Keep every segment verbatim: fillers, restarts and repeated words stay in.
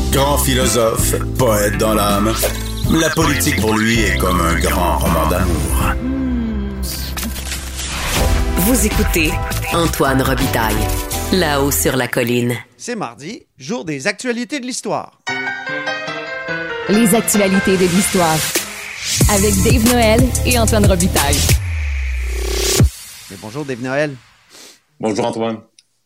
Grand philosophe, poète dans l'âme, la politique pour lui est comme un grand roman d'amour. Vous écoutez Antoine Robitaille, là-haut sur la colline. C'est mardi, jour des actualités de l'histoire. Les actualités de l'histoire. Avec Dave Noël et Antoine Robitaille. Mais bonjour Dave Noël. Bonjour Antoine.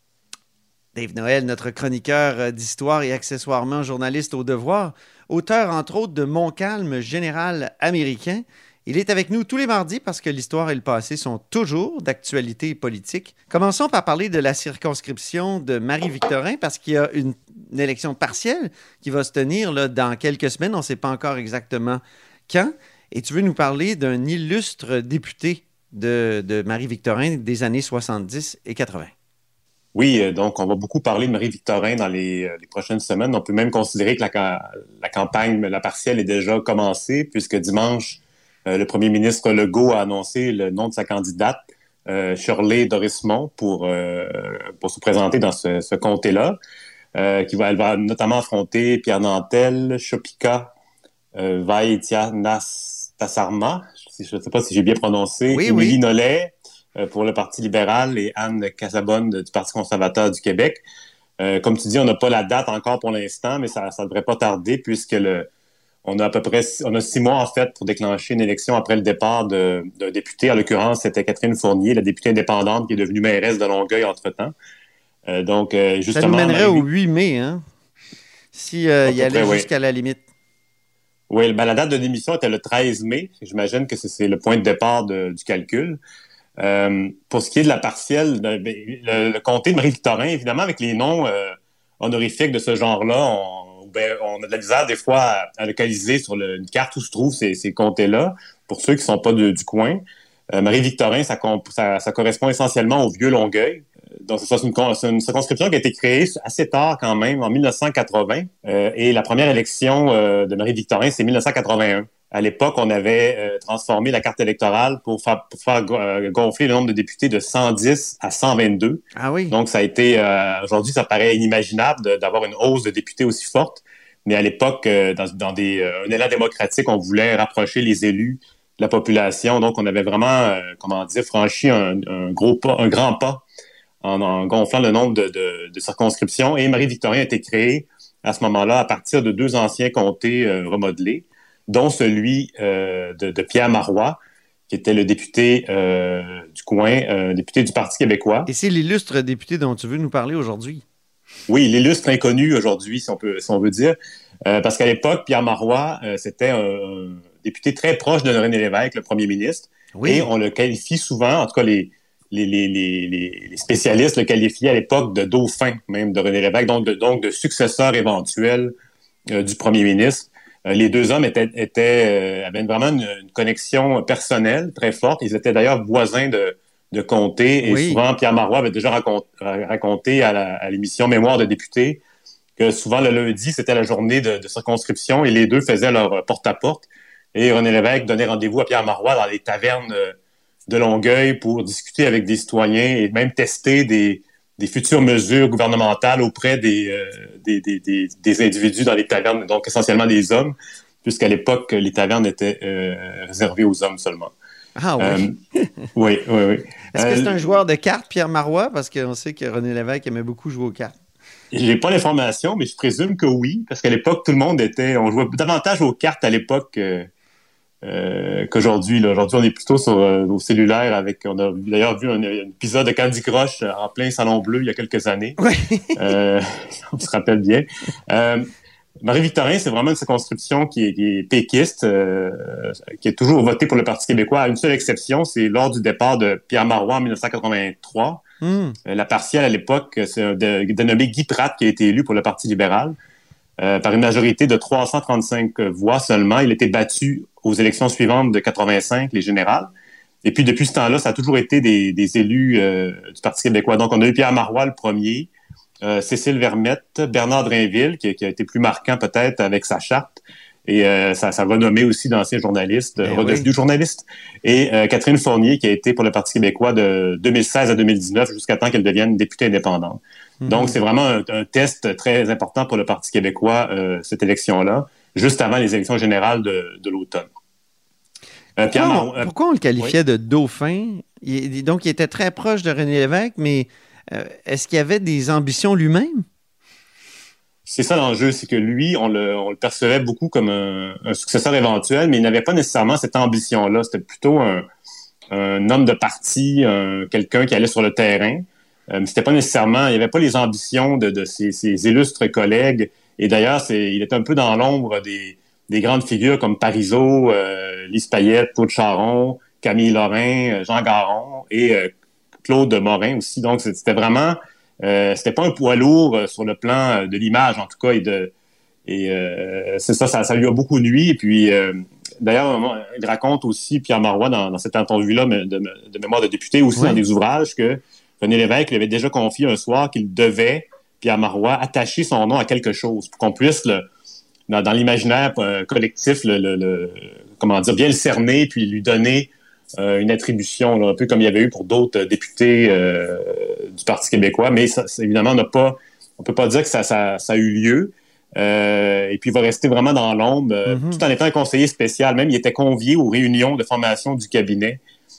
Dave Noël, notre chroniqueur d'histoire et accessoirement journaliste au Devoir, auteur entre autres de Montcalm, général américain. Il est avec nous tous les mardis parce que l'histoire et le passé sont toujours d'actualité politique. Commençons par parler de la circonscription de Marie-Victorin parce qu'il y a une, une élection partielle qui va se tenir là, dans quelques semaines. On ne sait pas encore exactement quand. Et tu veux nous parler d'un illustre député de, de Marie-Victorin des années soixante-dix et quatre-vingts. Oui, donc on va beaucoup parler de Marie-Victorin dans les, les prochaines semaines. On peut même considérer que la, la campagne, la partielle est déjà commencée puisque dimanche, euh, le premier ministre Legault a annoncé le nom de sa candidate, euh, Shirley Dorismont, pour, euh, pour se présenter dans ce, ce comté-là. Euh, qui va, elle va notamment affronter Pierre Nantel, Chopika, euh, Vaitianastasarma, je ne sais pas si j'ai bien prononcé, oui, Émilie oui. Nollet, pour le Parti libéral et Anne Casabonne du Parti conservateur du Québec. Euh, comme tu dis, on n'a pas la date encore pour l'instant, mais ça ne devrait pas tarder puisque le, on a à peu près on a six mois en fait pour déclencher une élection après le départ de, d'un député. En l'occurrence, c'était Catherine Fournier, la députée indépendante qui est devenue mairesse de Longueuil entre-temps. Euh, donc, euh, justement, ça nous mènerait Marie... au huit mai, hein? Si euh, il y allait près, jusqu'à oui. la limite. Oui, ben, la date de démission était le treize mai. J'imagine que c'est, c'est le point de départ de, du calcul. Euh, pour ce qui est de la partielle, le, le, le comté de Marie-Victorin, évidemment, avec les noms euh, honorifiques de ce genre-là, on, ben, on a de la misère des fois à, à localiser sur le, une carte où se trouvent ces, ces comtés-là. Pour ceux qui ne sont pas de, du coin, euh, Marie-Victorin, ça, ça, ça correspond essentiellement au vieux Longueuil. Donc, c'est, ça, c'est, une, c'est une circonscription qui a été créée assez tard quand même, en dix-neuf cent quatre-vingts. Euh, et la première élection euh, de Marie-Victorin, c'est dix-neuf cent quatre-vingt-un. À l'époque, on avait euh, transformé la carte électorale pour faire, pour faire euh, gonfler le nombre de députés de cent dix à cent vingt-deux. Ah oui? Donc, ça a été... Euh, aujourd'hui, ça paraît inimaginable de, d'avoir une hausse de députés aussi forte. Mais à l'époque, euh, dans, dans des, euh, un élan démocratique, on voulait rapprocher les élus de la population. Donc, on avait vraiment, euh, comment dire, franchi un, un gros pas, un grand pas en, en gonflant le nombre de, de, de circonscriptions. Et Marie-Victorin a été créée à ce moment-là à partir de deux anciens comtés euh, remodelés, dont celui euh, de, de Pierre Marois, qui était le député euh, du coin, euh, député du Parti québécois. Et c'est l'illustre député dont tu veux nous parler aujourd'hui. Oui, l'illustre inconnu aujourd'hui, si on peut, si on veut dire, euh, parce qu'à l'époque, Pierre Marois, euh, c'était un, un député très proche de René Lévesque, le premier ministre, Oui. Et on le qualifie souvent, en tout cas les, les, les, les, les spécialistes le qualifiaient à l'époque de dauphin même de René Lévesque, donc de, donc de successeur éventuel euh, du premier ministre. Euh, les deux hommes étaient, étaient, euh, avaient vraiment une, une connexion personnelle très forte. Ils étaient d'ailleurs voisins de, de comté. Et oui. Souvent, Pierre Marois avait déjà raconté, raconté à, la, à l'émission Mémoire de député que souvent le lundi, c'était la journée de, de circonscription et les deux faisaient leur porte-à-porte. Et René Lévesque donnait rendez-vous à Pierre Marois dans les tavernes de Longueuil pour discuter avec des citoyens et même tester des, des futures mesures gouvernementales auprès des, euh, des, des, des, des individus dans les tavernes, donc essentiellement des hommes, puisqu'à l'époque, les tavernes étaient euh, réservées aux hommes seulement. Ah oui? Euh, oui, oui, oui. Est-ce que euh, c'est un joueur de cartes, Pierre Marois? Parce qu'on sait que René Lévesque aimait beaucoup jouer aux cartes. J'ai pas l'information, mais je présume que oui, parce qu'à l'époque, tout le monde était... On jouait davantage aux cartes à l'époque euh, euh, qu'aujourd'hui. Là. Aujourd'hui, on est plutôt sur euh, au cellulaire avec... On a d'ailleurs vu un, un épisode de Candy Crush en plein Salon Bleu il y a quelques années. Oui. euh, on se rappelle bien. Euh, Marie-Victorin, c'est vraiment une circonscription qui est, qui est péquiste, euh, qui est toujours votée pour le Parti québécois, à une seule exception, c'est lors du départ de Pierre Marois en dix-neuf cent quatre-vingt-trois. Mm. Euh, la partielle, à l'époque, c'est un de, dénommé Guy Pratt qui a été élu pour le Parti libéral euh, par une majorité de trois cent trente-cinq voix seulement. Il a été battu aux élections suivantes de quatre-vingt-cinq, les générales. Et puis, depuis ce temps-là, ça a toujours été des, des élus euh, du Parti québécois. Donc, on a eu Pierre Marois le premier, Euh, Cécile Vermette, Bernard Drainville, qui, qui a été plus marquant peut-être avec sa charte, et euh, sa, sa renommée aussi d'ancien journaliste, eh redevenu oui. journaliste, et euh, Catherine Fournier, qui a été pour le Parti québécois de deux mille seize à deux mille dix-neuf, jusqu'à temps qu'elle devienne députée indépendante. Mm-hmm. Donc, c'est vraiment un, un test très important pour le Parti québécois, euh, cette élection-là, juste avant les élections générales de, de l'automne. Euh, pourquoi, Mar- on, pourquoi on le qualifiait oui. de dauphin? Il, donc, il était très proche de René Lévesque, mais euh, est-ce qu'il avait des ambitions lui-même? C'est ça l'enjeu, c'est que lui, on le, on le percevait beaucoup comme un, un successeur éventuel, mais il n'avait pas nécessairement cette ambition-là. C'était plutôt un, un homme de parti, un, quelqu'un qui allait sur le terrain. Euh, mais c'était pas nécessairement, il n'y avait pas les ambitions de, de ses, ses illustres collègues. Et d'ailleurs, c'est, il était un peu dans l'ombre des des grandes figures comme Parizeau, euh, Lise Payette, Claude Charon, Camille Lorrain, Jean Garon et euh, Claude Morin aussi. Donc, c'était vraiment... Euh, c'était pas un poids lourd euh, sur le plan de l'image, en tout cas, et de... Et euh, c'est ça, ça, ça lui a beaucoup nui. Et puis, euh, d'ailleurs, il raconte aussi, Pierre Marois, dans, dans cette entrevue-là de, de mémoire de député, aussi oui. dans des ouvrages, que René Lévesque lui avait déjà confié un soir qu'il devait, Pierre Marois, attacher son nom à quelque chose pour qu'on puisse le... Dans, dans l'imaginaire euh, collectif, le, le, le, comment dire, bien le cerner, puis lui donner euh, une attribution, là, un peu comme il y avait eu pour d'autres députés euh, du Parti québécois. Mais ça, ça, évidemment, on n'a pas, on peut pas dire que ça, ça, ça a eu lieu. Euh, et puis, il va rester vraiment dans l'ombre, euh, mm-hmm. tout en étant un conseiller spécial. Même, il était convié aux réunions de formation du cabinet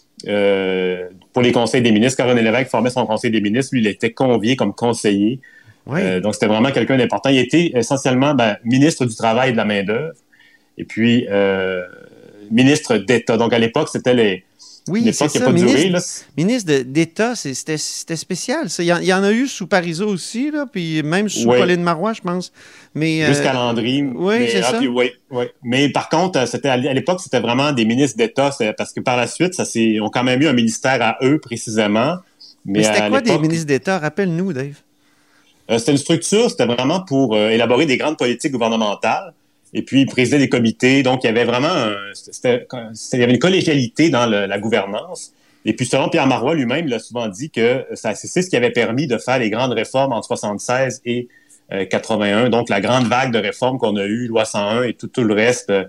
euh, pour les conseils des ministres. Quand René Lévesque formait son conseil des ministres, lui, il était convié comme conseiller. Oui. Euh, donc, c'était vraiment quelqu'un d'important. Il était essentiellement ben, ministre du Travail et de la main-d'œuvre et puis euh, ministre d'État. Donc, à l'époque, c'était les... Oui, l'époque qui n'a pas ministre, duré. Là. Ministre de, d'État, c'est, c'était, c'était spécial. Ça. Il, y en, il y en a eu sous Parizeau aussi, là, puis même sous oui. Pauline Marois, je pense. Mais, Jusqu'à euh... Landry. Oui, mais, c'est ah, ça. Puis, oui, oui. Mais par contre, c'était, à l'époque, c'était vraiment des ministres d'État, parce que par la suite, ça, c'est, ils ont quand même eu un ministère à eux, précisément. Mais, mais c'était quoi des ministres d'État? Rappelle-nous, Dave. Euh, c'était une structure, c'était vraiment pour euh, élaborer des grandes politiques gouvernementales. Et puis, il présidait des comités. Donc, il y avait vraiment un, c'était, c'était, il y avait une collégialité dans le, la gouvernance. Et puis, selon Pierre Marois lui-même, il a souvent dit que ça, c'est ce qui avait permis de faire les grandes réformes en soixante-seize et euh, quatre-vingt-un. Donc, la grande vague de réformes qu'on a eue, loi cent un et tout, tout le reste, euh,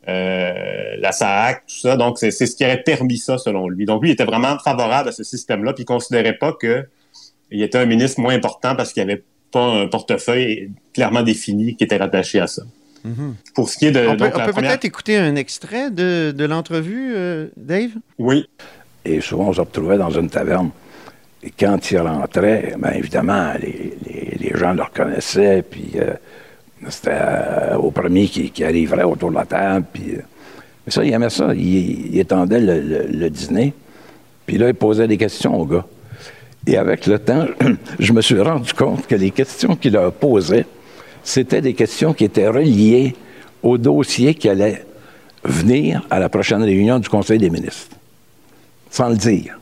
la S A A C, tout ça. Donc, c'est, c'est ce qui aurait permis ça, selon lui. Donc, lui, il était vraiment favorable à ce système-là. Puis, il ne considérait pas que il était un ministre moins important parce qu'il n'y avait pas un portefeuille clairement défini qui était rattaché à ça. Mm-hmm. Pour ce qui est de... On donc, peut, la on peut première... peut-être écouter un extrait de, de l'entrevue, euh, Dave? Oui. Et souvent, on se retrouvait dans une taverne. Et quand il rentrait, bien évidemment, les, les, les gens le reconnaissaient, puis euh, c'était euh, au premier qui, qui arriverait autour de la table. Puis, euh, mais ça, il aimait ça. Il, il étendait le, le, le dîner, puis là, il posait des questions aux gars. Et avec le temps, je me suis rendu compte que les questions qu'il leur posait, c'était des questions qui étaient reliées au dossier qui allait venir à la prochaine réunion du Conseil des ministres, sans le dire.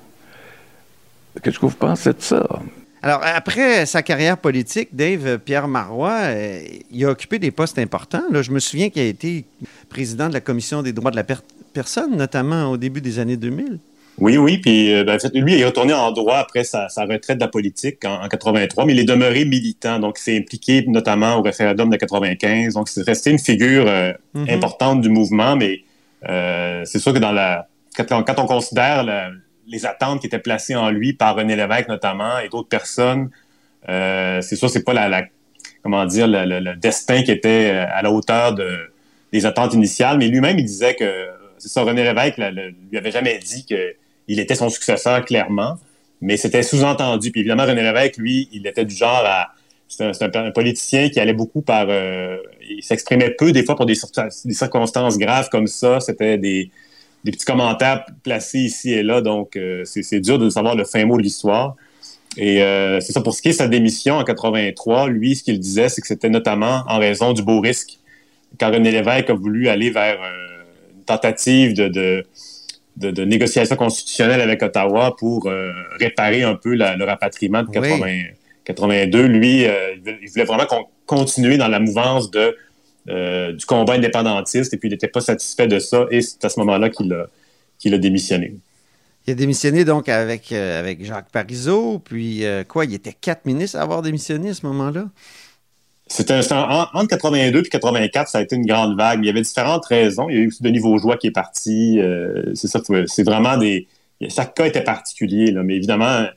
Qu'est-ce que vous pensez de ça? Alors, après sa carrière politique, Dave, Pierre Marois, euh, il a occupé des postes importants. Là, je me souviens qu'il a été président de la Commission des droits de la per- personne, notamment au début des années deux mille. Oui, oui, puis euh, ben, en fait, lui, il est retourné en droit après sa, sa retraite de la politique en, en quatre-vingt-trois, mais il est demeuré militant, donc il s'est impliqué notamment au référendum de quatre-vingt-quinze, donc c'est resté une figure euh, mm-hmm. importante du mouvement, mais euh, c'est sûr que dans la quand on, quand on considère la, les attentes qui étaient placées en lui par René Lévesque notamment et d'autres personnes, euh, c'est sûr que c'est pas la, la comment dire le, le, le destin qui était à la hauteur de, des attentes initiales, mais lui-même il disait que c'est ça, René Lévesque le, le, lui avait jamais dit que il était son successeur, clairement, mais c'était sous-entendu. Puis évidemment, René Lévesque, lui, il était du genre à... C'est un, c'est un, un politicien qui allait beaucoup par... Euh, il s'exprimait peu, des fois, pour des, des circonstances graves comme ça. C'était des, des petits commentaires placés ici et là. Donc, euh, c'est, c'est dur de savoir le fin mot de l'histoire. Et euh, c'est ça, pour ce qui est de sa démission en quatre-vingt-trois, lui, ce qu'il disait, c'est que c'était notamment en raison du beau risque. Quand René Lévesque a voulu aller vers euh, une tentative de... de De, de négociations constitutionnelles avec Ottawa pour euh, réparer un peu la, le rapatriement de quatre-vingts, oui. quatre-vingt-deux. Lui, euh, il voulait vraiment con- continuer dans la mouvance de, euh, du combat indépendantiste et puis il n'était pas satisfait de ça et c'est à ce moment-là qu'il a, qu'il a démissionné. Il a démissionné donc avec, euh, avec Jacques Parizeau, puis euh, quoi, il était quatre ministres à avoir démissionné à ce moment-là? C'était, c'était en, entre quatre-vingt-deux et quatre-vingt-quatre, ça a été une grande vague. Il y avait différentes raisons. Il y a eu aussi Denis Vaugeois qui est parti. Euh, c'est ça, c'est vraiment des... Chaque cas était particulier, là, mais évidemment,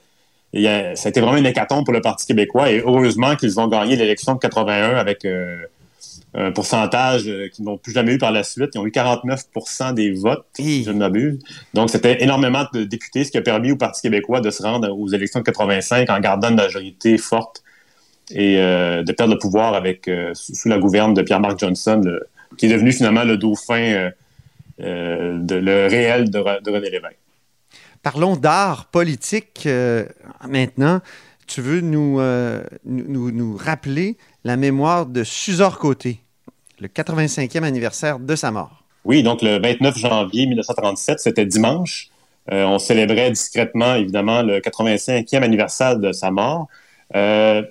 il y a, ça a été vraiment une hécatombe pour le Parti québécois et heureusement qu'ils ont gagné l'élection de quatre-vingt-un avec euh, un pourcentage qu'ils n'ont plus jamais eu par la suite. Ils ont eu quarante-neuf pour cent des votes, si je ne m'abuse. Donc, c'était énormément de députés, ce qui a permis au Parti québécois de se rendre aux élections de quatre-vingt-cinq en gardant une majorité forte et euh, de perdre le pouvoir avec euh, sous la gouverne de Pierre-Marc Johnson, le, qui est devenu finalement le dauphin, euh, euh, de, le réel de, de René Lévesque. Parlons d'art politique euh, maintenant. Tu veux nous, euh, nous, nous rappeler la mémoire de Suzor Côté, le quatre-vingt-cinquième anniversaire de sa mort. Oui, donc le vingt-neuf janvier mille neuf cent trente-sept, c'était dimanche. Euh, on célébrait discrètement, évidemment, le quatre-vingt-cinquième anniversaire de sa mort. Euh,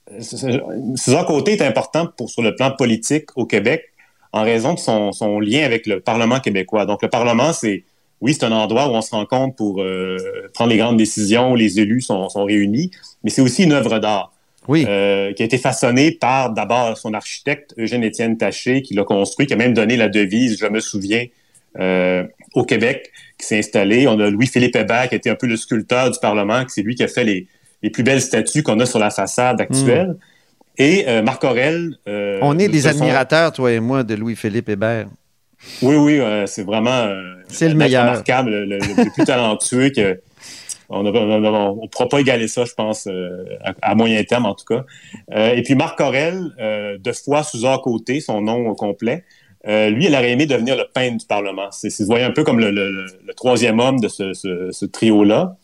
Suzor Côté est important pour, sur le plan politique au Québec en raison de son, son lien avec le Parlement québécois. Donc le Parlement, c'est oui, c'est un endroit où on se rencontre pour euh, prendre les grandes décisions, où les élus sont, sont réunis, mais c'est aussi une œuvre d'art. Oui. Euh, qui a été façonnée par d'abord son architecte Eugène-Étienne Taché, qui l'a construit, qui a même donné la devise, je me souviens, euh, au Québec, qui s'est installé. On a Louis-Philippe Hébert, qui a été un peu le sculpteur du Parlement, qui c'est lui qui a fait les, les plus belles statues qu'on a sur la façade actuelle. Mmh. Et euh, Marc Aurèle... Euh, on est des de admirateurs, son... toi et moi, de Louis-Philippe Hébert. Oui, oui, euh, c'est vraiment euh, c'est le meilleur. Remarquable, le, le, le plus talentueux que on ne pourra pas égaler ça, je pense, euh, à, à moyen terme en tout cas. Euh, et puis Marc Aurèle, euh, de fois Suzor Côté, son nom complet, euh, lui, il aurait aimé devenir le peintre du Parlement. C'est, c'est, vous voyez un peu comme le, le, le troisième homme de ce, ce, ce trio-là.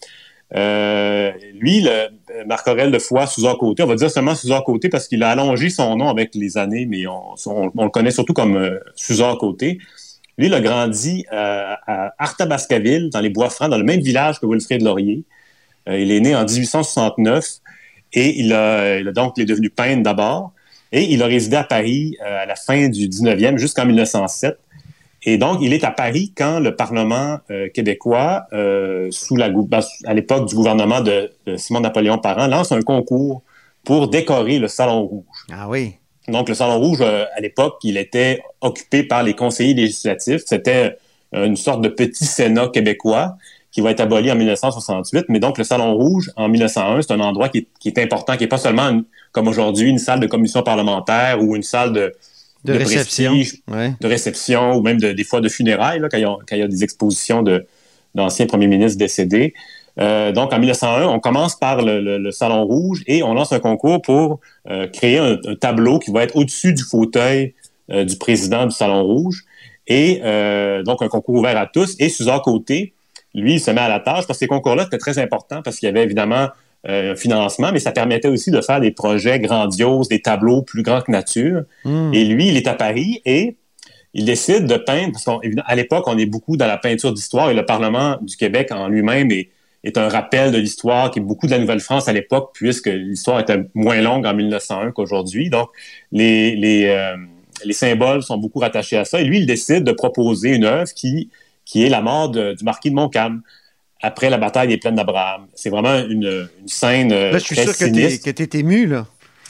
Euh, lui, le, Marc Aurèle de Foix, Suzor Côté, on va dire seulement Suzor Côté parce qu'il a allongé son nom avec les années, mais on, on, on le connaît surtout comme euh, Suzor Côté. Lui, il a grandi euh, à Arthabascaville, dans les Bois-Francs, dans le même village que Wilfrid Laurier. Euh, il est né en dix-huit cent soixante-neuf et il a, il a donc il est devenu peintre d'abord et il a résidé à Paris euh, à la fin du dix-neuvième jusqu'en mille neuf cent sept. Et donc, il est à Paris quand le Parlement euh, québécois, euh, sous la, à l'époque du gouvernement de, de Simon-Napoléon Parent, lance un concours pour décorer le Salon Rouge. Ah oui. Donc, le Salon Rouge, euh, à l'époque, il était occupé par les conseillers législatifs. C'était euh, une sorte de petit Sénat québécois qui va être aboli en mille neuf cent soixante-huit. Mais donc, le Salon Rouge, en mille neuf cent un, c'est un endroit qui est, qui est important, qui n'est pas seulement, une, comme aujourd'hui, une salle de commission parlementaire ou une salle de... De, de réception, prestige, ouais. de réception ou même de, des fois de funérailles, là, quand, il y a, quand il y a des expositions de, d'anciens premiers ministres décédés. Euh, donc, en mille neuf cent un, on commence par le, le, le Salon Rouge et on lance un concours pour euh, créer un, un tableau qui va être au-dessus du fauteuil euh, du président du Salon Rouge. Et euh, donc, un concours ouvert à tous. Et Suzor Côté, lui, il se met à la tâche parce que ces concours-là, c'était très important parce qu'il y avait évidemment Euh, un financement, mais ça permettait aussi de faire des projets grandioses, des tableaux plus grands que nature. Mmh. Et lui, il est à Paris et il décide de peindre, parce qu'à l'époque, on est beaucoup dans la peinture d'histoire et le Parlement du Québec en lui-même est, est un rappel de l'histoire qui est beaucoup de la Nouvelle-France à l'époque, puisque l'histoire était moins longue en mille neuf cent un qu'aujourd'hui. Donc, les, les, euh, les symboles sont beaucoup rattachés à ça. Et lui, il décide de proposer une œuvre qui, qui est la mort de, du marquis de Montcalm après la bataille des Plaines d'Abraham. C'est vraiment une, une scène là, je suis très sûr sinistre. que tu es ému, là.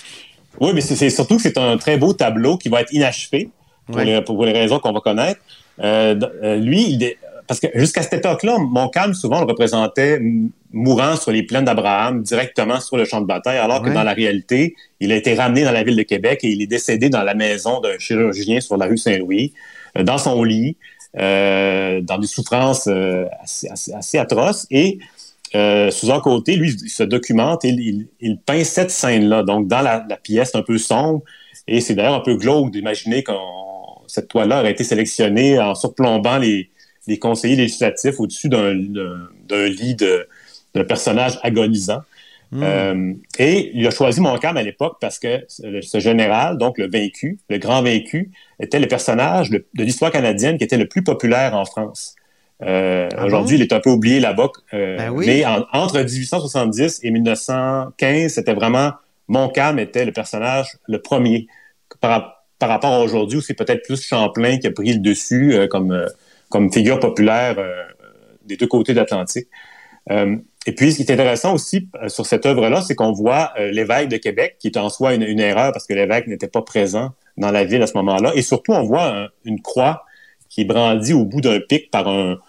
Oui, mais c'est, c'est surtout que c'est un très beau tableau qui va être inachevé, pour, ouais. les, pour les raisons qu'on va connaître. Euh, euh, lui, il, parce que jusqu'à cette époque-là, Montcalm, souvent, le représentait mourant sur les Plaines d'Abraham, directement sur le champ de bataille, alors ouais. que dans la réalité, il a été ramené dans la ville de Québec et il est décédé dans la maison d'un chirurgien sur la rue Saint-Louis, euh, dans son lit, Euh, dans des souffrances euh, assez, assez, assez atroces. Et euh, Suzor Côté, lui, il se documente et il, il, il peint cette scène-là, donc dans la, la pièce un peu sombre. Et c'est d'ailleurs un peu glauque d'imaginer que cette toile-là aurait été sélectionnée en surplombant les, les conseillers législatifs au-dessus d'un, d'un, d'un lit de, d'un personnage agonisant. Mmh. Euh, et il a choisi Montcalm à l'époque parce que ce, ce général, donc le vaincu, le grand vaincu, était le personnage le, de l'histoire canadienne qui était le plus populaire en France. Euh, ah aujourd'hui, bon? Il est un peu oublié là-bas. Euh, ben oui. Mais en, entre dix-huit cent soixante-dix et mille neuf cent quinze, c'était vraiment... Montcalm était le personnage le premier. Par, par rapport à aujourd'hui, où c'est peut-être plus Champlain qui a pris le dessus euh, comme, euh, comme figure populaire euh, des deux côtés de l'Atlantique. Euh, Et puis, ce qui est intéressant aussi euh, sur cette œuvre-là, c'est qu'on voit euh, l'évêque de Québec, qui est en soi une, une erreur parce que l'évêque n'était pas présent dans la ville à ce moment-là. Et surtout, on voit un, une croix qui est brandie au bout d'un pic par un,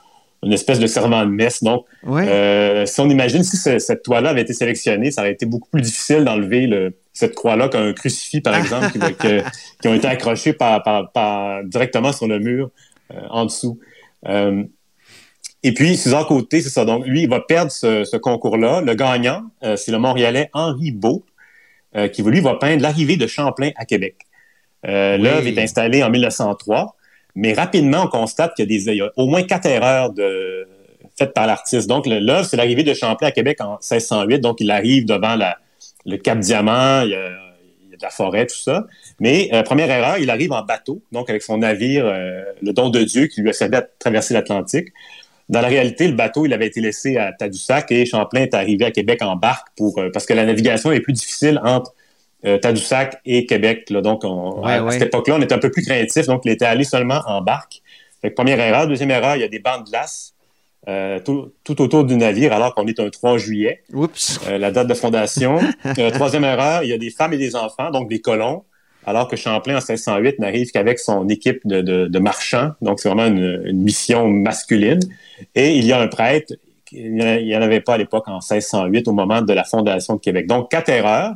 une espèce de serment de messe. Donc, ouais. euh, si on imagine si ce, cette toile-là avait été sélectionnée, ça aurait été beaucoup plus difficile d'enlever le, cette croix-là qu'un crucifix, par exemple, qui, que, qui ont été accrochés par, par, par, directement sur le mur euh, en dessous. Euh, et puis, César Côté, c'est ça. Donc, lui, il va perdre ce, ce concours-là. Le gagnant, euh, c'est le Montréalais Henri Beau, euh, qui, lui, va peindre l'arrivée de Champlain à Québec. Euh, oui. L'œuvre est installée en mille neuf cent trois, mais rapidement, on constate qu'il y a, des, il y a au moins quatre erreurs de, faites par l'artiste. Donc, le, l'œuvre, c'est l'arrivée de Champlain à Québec en seize cent huit. Donc, il arrive devant la, le Cap Diamant, il y, a, il y a de la forêt, tout ça. Mais, euh, première erreur, il arrive en bateau, donc avec son navire, euh, le Don de Dieu, qui lui a servi à traverser l'Atlantique. Dans la réalité, le bateau, il avait été laissé à Tadoussac et Champlain est arrivé à Québec en barque pour, euh, parce que la navigation est plus difficile entre Euh, Tadoussac et Québec. Là. Donc, on, ouais, à, ouais. à cette époque-là, on était un peu plus craintif. Donc, il était allé seulement en barque. Fait que première erreur. Deuxième erreur, il y a des bancs de glace euh, tout, tout autour du navire alors qu'on est un trois juillet. Oups. Euh, la date de fondation. euh, troisième erreur, il y a des femmes et des enfants, donc des colons, alors que Champlain, en seize cent huit, n'arrive qu'avec son équipe de, de, de marchands. Donc, c'est vraiment une, une mission masculine. Et il y a un prêtre. Il n'y en avait pas à l'époque en seize cent huit, au moment de la fondation de Québec. Donc, quatre erreurs.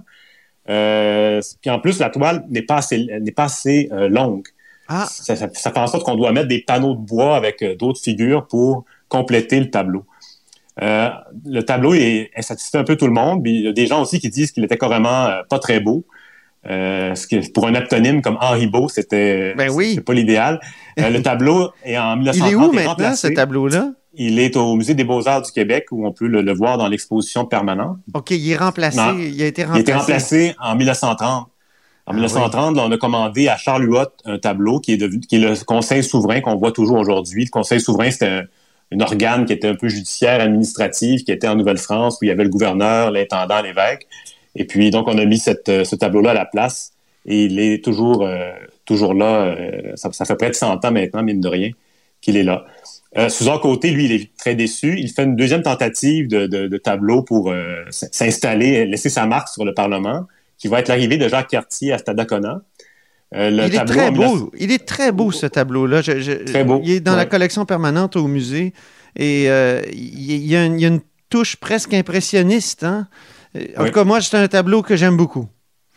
Euh, puis en plus, la toile n'est pas assez, n'est pas assez euh, longue. Ah. Ça, ça, ça fait en sorte qu'on doit mettre des panneaux de bois avec euh, d'autres figures pour compléter le tableau. Euh, le tableau est, est satisfait un peu tout le monde. Puis il y a des gens aussi qui disent qu'il était carrément euh, pas très beau. Euh, ce qui, pour un aptonyme comme Henri Beau, c'était, ben oui. c'était pas l'idéal. Euh, le tableau est en mille neuf cent trente. Il est où maintenant, remplacé. Ce tableau-là? Il est au Musée des Beaux-Arts du Québec, où on peut le, le voir dans l'exposition permanente. OK, il est remplacé. Non, il a été remplacé. Il a été remplacé en mille neuf cent trente. En ah, mille neuf cent trente, oui. Là, on a commandé à Charles Huot un tableau qui est, devenu, qui est le Conseil souverain qu'on voit toujours aujourd'hui. Le Conseil souverain, c'était un, un organe qui était un peu judiciaire, administratif, qui était en Nouvelle-France, où il y avait le gouverneur, l'intendant, l'évêque. Et puis, donc, on a mis cette, ce tableau-là à la place. Et il est toujours, euh, toujours là. Euh, ça, ça fait près de cent ans maintenant, mine de rien, qu'il est là. Euh, César Côté, lui, il est très déçu. Il fait une deuxième tentative de, de, de tableau pour euh, s'installer, laisser sa marque sur le Parlement, qui va être l'arrivée de Jacques Cartier à Stadacona. Euh, le il est très beau. dix-neuf... Il est très beau, ce tableau-là. Je, je, très beau. Il est dans ouais. la collection permanente au musée. Et euh, il, y a une, il y a une touche presque impressionniste. Hein? En oui. tout cas, moi, c'est un tableau que j'aime beaucoup.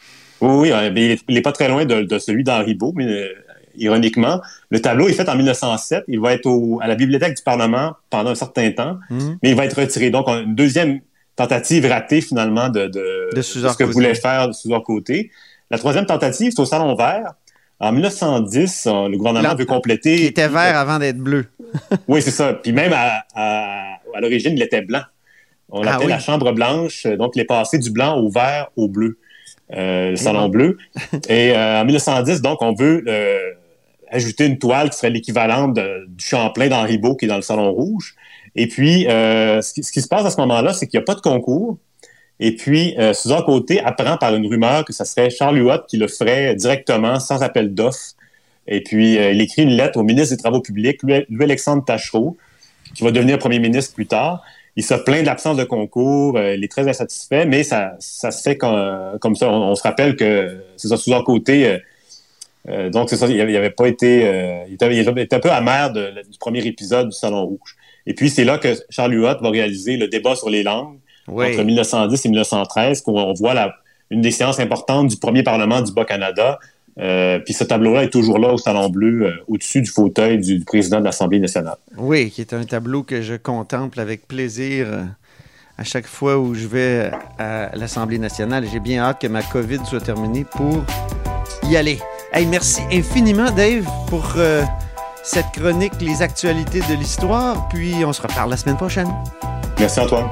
Oui, oui. Il n'est pas très loin de, de celui d'Henri Beau, mais... Euh... Ironiquement, le tableau est fait en mille neuf cent sept. Il va être au, à la Bibliothèque du Parlement pendant un certain temps, mmh. mais il va être retiré. Donc, on a une deuxième tentative ratée, finalement, de, de, de, de ce que voulait faire de César Côté. La troisième tentative, c'est au Salon Vert. En mille neuf cent dix, le gouvernement veut compléter... Il était vert avant d'être bleu. Oui, c'est ça. Puis même, à, à, à l'origine, il était blanc. On l'appelait ah, oui. la Chambre blanche. Donc, il est passé du blanc au vert au bleu. Euh, le Salon mmh. bleu. Et euh, en mille neuf cent dix, donc, on veut... Euh, ajouter une toile qui serait l'équivalent de, du Champlain d'Henri Beau qui est dans le Salon Rouge. Et puis, euh, ce, qui, ce qui se passe à ce moment-là, c'est qu'il n'y a pas de concours. Et puis, euh, César Côté apprend par une rumeur que ce serait Charles Huot qui le ferait directement, sans appel d'offres. Et puis, euh, il écrit une lettre au ministre des Travaux publics, Louis-Alexandre Taschereau, qui va devenir premier ministre plus tard. Il se plaint de l'absence de concours, euh, il est très insatisfait, mais ça, ça se fait comme, comme ça. On, on se rappelle que César César Côté... Euh, Euh, donc, c'est ça, il n'avait pas été... Euh, il, était, il était un peu amer de, de, du premier épisode du Salon Rouge. Et puis, c'est là que Charles Huot va réaliser le débat sur les langues oui. entre mille neuf cent dix et mille neuf cent treize, où on voit la, une des séances importantes du premier Parlement du Bas-Canada. Euh, puis ce tableau-là est toujours là au Salon Bleu, euh, au-dessus du fauteuil du, du président de l'Assemblée nationale. Oui, qui est un tableau que je contemple avec plaisir euh, à chaque fois où je vais à l'Assemblée nationale. J'ai bien hâte que ma COVID soit terminée pour y aller. Hey, merci infiniment, Dave, pour euh, cette chronique « Les actualités de l'histoire ». Puis, on se reparle la semaine prochaine. Merci, Antoine.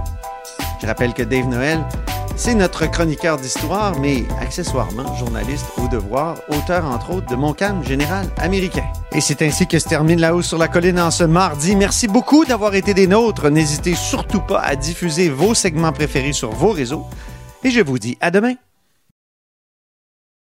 Je rappelle que Dave Noël, c'est notre chroniqueur d'histoire, mais accessoirement journaliste au devoir, auteur, entre autres, de Montcalm général américain. Et c'est ainsi que se termine La Hausse sur la Colline en ce mardi. Merci beaucoup d'avoir été des nôtres. N'hésitez surtout pas à diffuser vos segments préférés sur vos réseaux. Et je vous dis à demain.